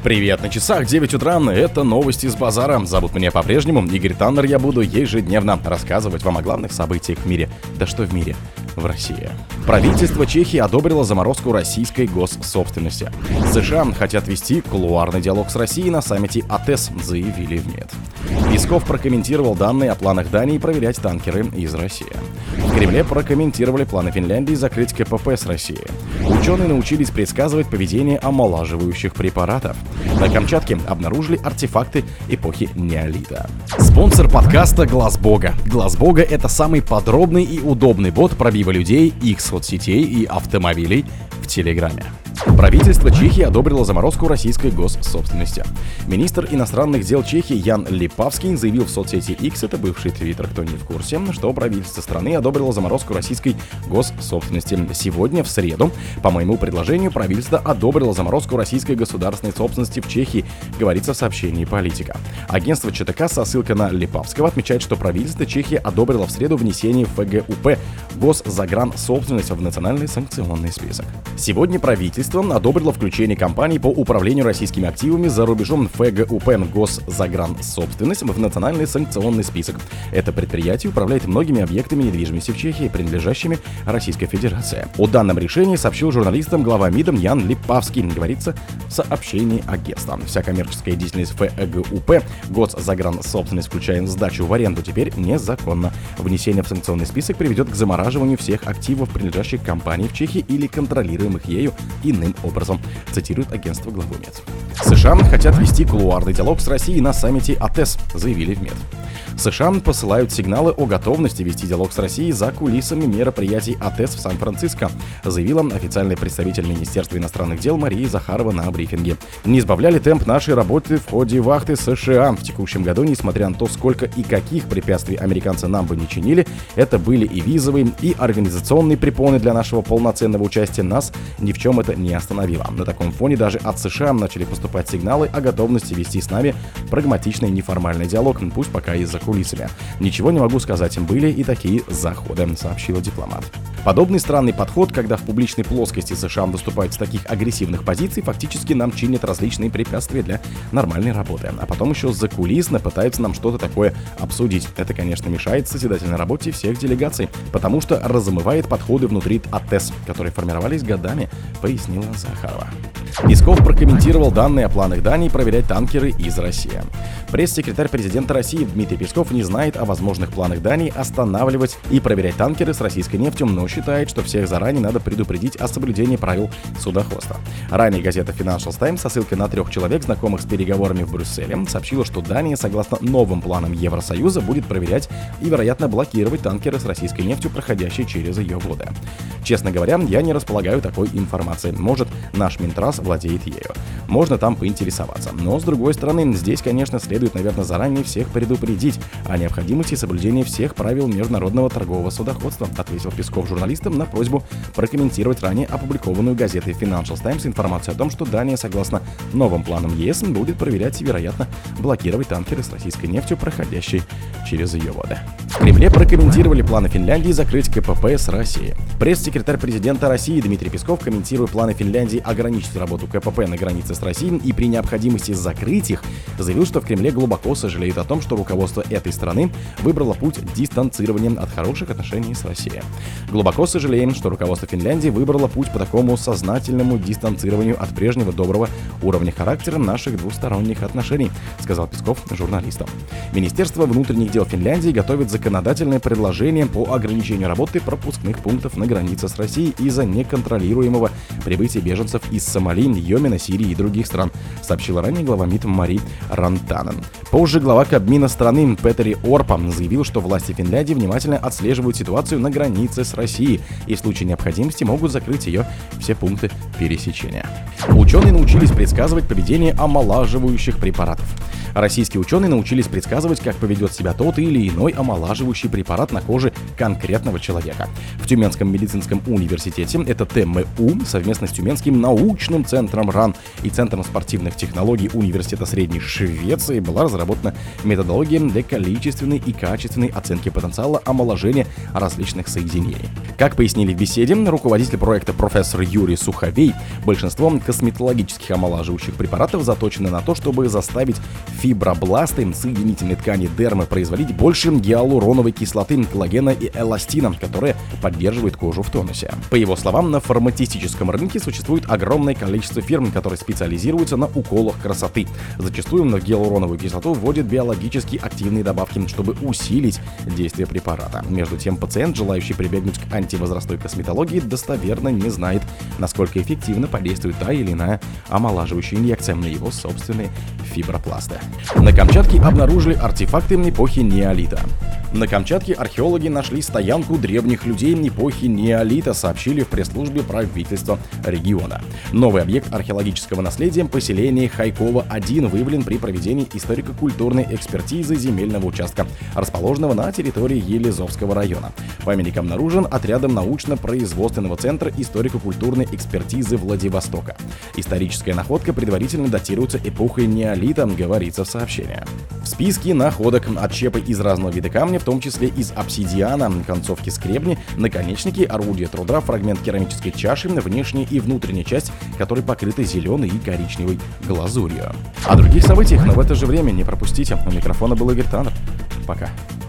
Привет, на часах 9 утра, это новости с базара. Зовут меня по-прежнему Игорь Таннер, я буду ежедневно рассказывать вам о главных событиях в мире. Да что в мире? В России. Правительство Чехии одобрило заморозку российской госсобственности. США хотят вести кулуарный диалог с Россией на саммите АТЭС, заявили в МИД. Песков прокомментировал данные о планах Дании проверять танкеры из России. В Кремле прокомментировали планы Финляндии закрыть КПП с Россией. Ученые научились предсказывать поведение омолаживающих препаратов. На Камчатке обнаружили артефакты эпохи неолита. Спонсор подкаста Глаз Бога. Глаз Бога — это самый подробный и удобный бот пробива людей, их соцсетей и автомобилей в Телеграме. Правительство Чехии одобрило заморозку российской госсобственности. Министр иностранных дел Чехии Ян Липавский заявил в соцсети X, это бывший Твиттер, кто не в курсе, что правительство страны одобрило заморозку российской госсобственности. Сегодня, в среду, по моему предложению, правительство одобрило заморозку российской государственной собственности в Чехии, говорится в сообщении «Политика». Агентство ЧТК со ссылкой на Липавского отмечает, что правительство Чехии одобрило в среду внесение ФГУП госзагрансобственность в национальный санкционный список. Сегодня правительство одобрило включение компаний по управлению российскими активами за рубежом ФГУП госзагрансобственность в национальный санкционный список. Это предприятие управляет многими объектами недвижимости в Чехии, принадлежащими Российской Федерации. О данном решении сообщил журналистам глава МИДа Ян Липавский, говорится в сообщении агентства. Вся коммерческая деятельность ФГУП госзагрансобственность, включая сдачу в аренду, теперь незаконна. Внесение в санкционный список приведет к замораживанию всех активов, принадлежащих компании в Чехии или контролируемых ею иным образом, цитирует агентство главы МИД. США хотят вести кулуарный диалог с Россией на саммите АТЭС, заявили в МИД. США посылают сигналы о готовности вести диалог с Россией за кулисами мероприятий АТЭС в Сан-Франциско, заявила официальный представитель Министерства иностранных дел Мария Захарова на брифинге. Не сбавляли темп нашей работы в ходе вахты США. В текущем году, несмотря на то, сколько и каких препятствий американцы нам бы не чинили, это были и визовые, и организационные препоны для нашего полноценного участия, нас ни в чем это не остановило. На таком фоне даже от США начали поступать сигналы о готовности вести с нами прагматичный неформальный диалог, пусть пока и за кулисами. Ничего не могу сказать, им были и такие заходы, сообщила дипломат. Подобный странный подход, когда в публичной плоскости США выступают с таких агрессивных позиций, фактически нам чинят различные препятствия для нормальной работы. А потом еще закулисно пытаются нам что-то такое обсудить. Это, конечно, мешает созидательной работе всех делегаций, потому что размывает подходы внутри АТЭС, которые формировались годами, пояснила Захарова. Песков прокомментировал данные о планах Дании проверять танкеры из России. Пресс-секретарь президента России Дмитрий Песков не знает о возможных планах Дании останавливать и проверять танкеры с российской нефтью, но считает, что всех заранее надо предупредить о соблюдении правил судоходства. Ранее газета Financial Times со ссылкой на 3 человек, знакомых с переговорами в Брюсселе, сообщила, что Дания, согласно новым планам Евросоюза, будет проверять и, вероятно, блокировать танкеры с российской нефтью, проходящие через ее воды. Честно говоря, я не располагаю такой информацией. Может, наш Минтранс владеет ею. Можно там поинтересоваться. Но, с другой стороны, здесь, конечно, следует, наверное, заранее всех предупредить о необходимости соблюдения всех правил международного торгового судоходства, ответил Песков журналистам на просьбу прокомментировать ранее опубликованную газетой Financial Times информацию о том, что Дания, согласно новым планам ЕС, будет проверять и, вероятно, блокировать танкеры с российской нефтью, проходящей через ее воды. В Кремле прокомментировали планы Финляндии закрыть КПП с Россией. Пресс-секретарь президента России Дмитрий Песков, комментируя планы Финляндии ограничить работу КПП на границе с Россией и при необходимости закрыть их, заявил, что в Кремле глубоко сожалеют о том, что руководство этой страны выбрало путь дистанцирования от хороших отношений с Россией. Глубоко сожалеем, что руководство Финляндии выбрало путь по такому сознательному дистанцированию от прежнего доброго уровня характера наших двусторонних отношений, сказал Песков журналистам. Министерство внутренних дел Финляндии готовит законодательное предложение по ограничению работы пропускных пунктов на границе с Россией из-за неконтролируемого прибытия беженцев из Сомали, Йемена, Сирии и других стран, сообщила ранее глава МИД Мари Рантанен. Позже глава Кабмина страны Петери Орпа заявил, что власти Финляндии внимательно отслеживают ситуацию на границе с Россией и в случае необходимости могут закрыть ее все пункты пересечения. Ученые научились предсказывать поведение омолаживающих препаратов. Российские ученые научились предсказывать, как поведет себя тот или иной омолаживающий препарат на коже конкретного человека. В Тюменском медицинском университете, это ТМУ, совместно с Тюменским научным центром РАН и Центром спортивных технологий Университета Средней Швеции была разработана методология для количественной и качественной оценки потенциала омоложения различных соединений. Как пояснили в беседе руководитель проекта профессор Юрий Суховей, большинство косметологических омолаживающих препаратов заточены на то, чтобы заставить фибробласты соединительной ткани дермы производить больше гиалуроновой кислоты, коллагена и эластина, которые поддерживают кожу в тонусе. По его словам, на фармацевтическом рынке существует огромное количество фирм, которые специализируются на уколах красоты. Зачастую в гиалуроновую кислоту вводят биологически активные добавки, чтобы усилить действие препарата. Между тем, пациент, желающий прибегнуть к антивозрастной косметологии, достоверно не знает, насколько эффективно подействует та или иная омолаживающая инъекция на его собственные фибропласты. На Камчатке обнаружили артефакты эпохи неолита. На Камчатке археологи нашли стоянку древних людей эпохи неолита, сообщили в пресс-службе правительства региона. Новый объект археологического наследия поселения Хайково-1 выявлен при проведении историко-культурной экспертизы земельного участка, расположенного на территории Елизовского района. Памятник обнаружен отрядом научно-производственного центра историко-культурной экспертизы Владивостока. Историческая находка предварительно датируется эпохой неолита, говорится в сообщении. В списке находок отщепы из разного вида камня, в том числе из обсидиана, концовки скребни, наконечники, орудия труда, фрагмент керамической чаши, внешняя и внутренняя часть, которой покрыты зеленой и коричневой глазурью. О других событиях, но в это же время не пропустите. У микрофона был Игорь Таннер. Пока.